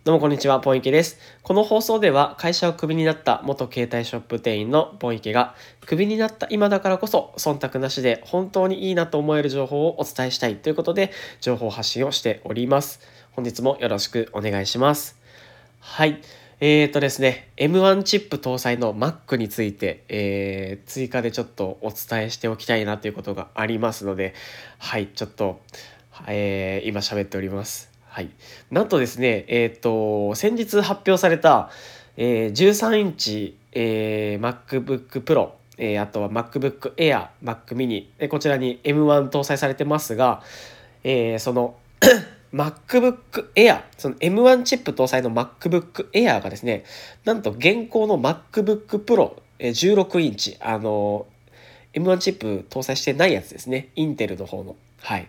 どうもこんにちは、ポン池です。この放送では会社をクビになった元携帯ショップ店員のポン池がクビになった今だからこそ忖度なしで本当にいいなと思える情報をお伝えしたいということで情報発信をしております。本日もよろしくお願いします。はい。ですね、M1 チップ搭載の Mac について、追加でちょっとお伝えしておきたいなということがありますので、はい、ちょっと、今喋っております。はい。なんとですね、先日発表された、13インチ、MacBook Pro、あとは MacBook Air、Mac mini、こちらに M1 搭載されてますが、そのMacBook Air、その M1 チップ搭載の MacBook Air がですね、なんと現行の MacBook Pro 16インチ、M1 チップ搭載してないやつですね。インテルの方の。はい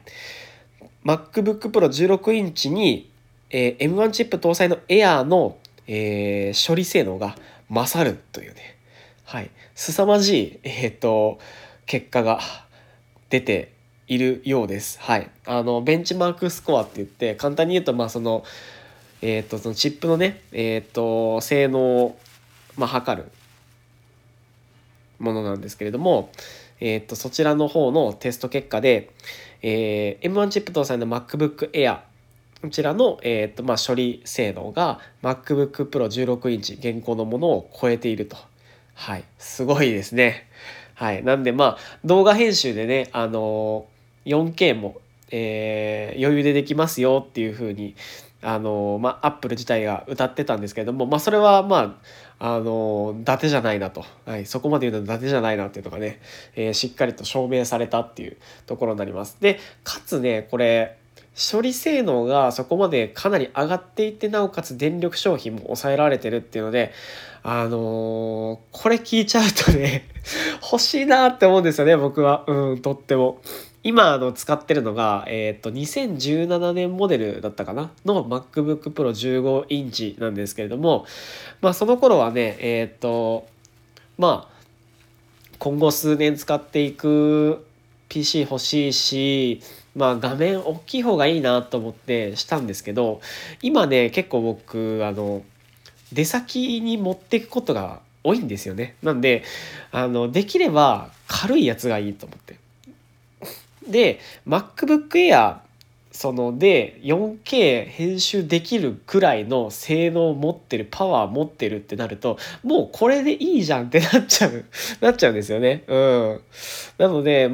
。MacBook Pro 16インチに、M1 チップ搭載の Air の、処理性能が勝るというね。はい。凄まじい、結果が出ているようです。はい。ベンチマークスコアって言って、簡単に言うと、そのチップのね、性能を、測るものなんですけれども、そちらの方のテスト結果で、M1 チップ搭載の MacBook Air、こちらの、処理性能が MacBook Pro 16インチ現行のものを超えていると。はい。すごいですね。はい。なんで動画編集でね、4K も、余裕でできますよっていう風に、Apple 自体が歌ってたんですけれども、それは伊達じゃないなと。はい。そこまで言うと伊達じゃないなっていうのがね、しっかりと証明されたっていうところになります。で、かつね、これ、処理性能がそこまでかなり上がっていて、なおかつ電力消費も抑えられてるっていうので、これ聞いちゃうとね欲しいなって思うんですよね、僕は。とっても。今使ってるのが、2017年モデルだったかなの MacBook Pro 15インチなんですけれども、その頃はね、まあ、今後数年使っていく PC 欲しいし、画面大きい方がいいなと思ってしたんですけど、今ね、結構僕、出先に持っていくことが多いんですよね。なんで、できれば軽いやつがいいと思って。で、MacBook Air で 4K 編集できるくらいの性能を持ってる、パワー持ってるってなると、もうこれでいいじゃんってなっちゃうんですよね。なので、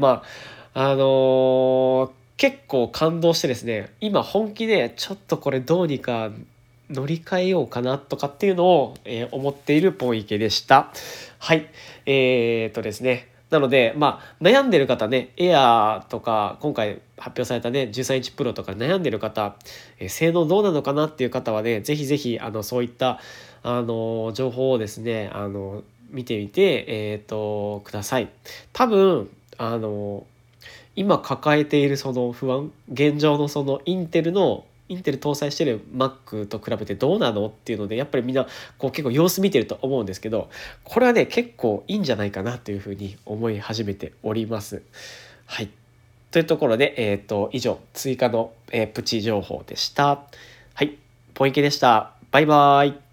結構感動してですね、今本気でちょっとこれどうにか乗り換えようかなとかっていうのを、思っているポン池でした。はい。ですね。なので、悩んでる方ね、エアーとか、今回発表されたね、13インチプロとか悩んでる方、性能どうなのかなっていう方はね、ぜひぜひ、そういった、情報をですね、見てみて、ください。多分、今抱えているその不安、現状のそのインテル搭載してる Mac と比べてどうなのっていうので、やっぱりみんなこう結構様子見てると思うんですけど、これはね、結構いいんじゃないかなというふうに思い始めております。はい。というところで、以上、追加の、プチ情報でした。はい。ポインケでした。バイバーイ。